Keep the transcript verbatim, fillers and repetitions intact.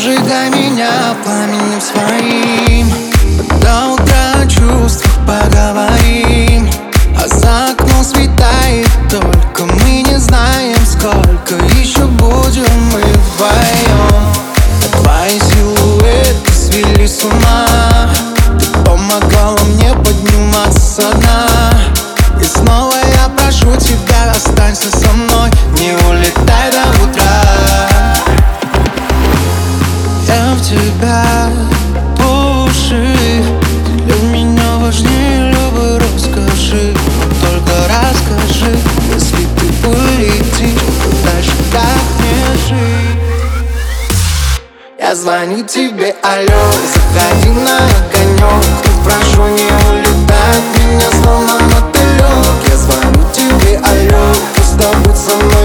Зажигай меня пламенем своим, до утра о чувствах поговорим. А за окном светает, только мы не знаем, сколько еще будем мы вдвоем. Твои силуэты свели с ума, ты помогала мне подниматься со дна. И снова я прошу тебя, останься со мной, не улетай до утра. Я в тебя по уши, для меня важнее любой роскоши. Только расскажи, если ты улетишь, то дальше как мне жить? Я звоню тебе, алло, заходи на огонек. Прошу, не улетай от меня, словно мотылек. Я звоню тебе, алло, просто будь со мной.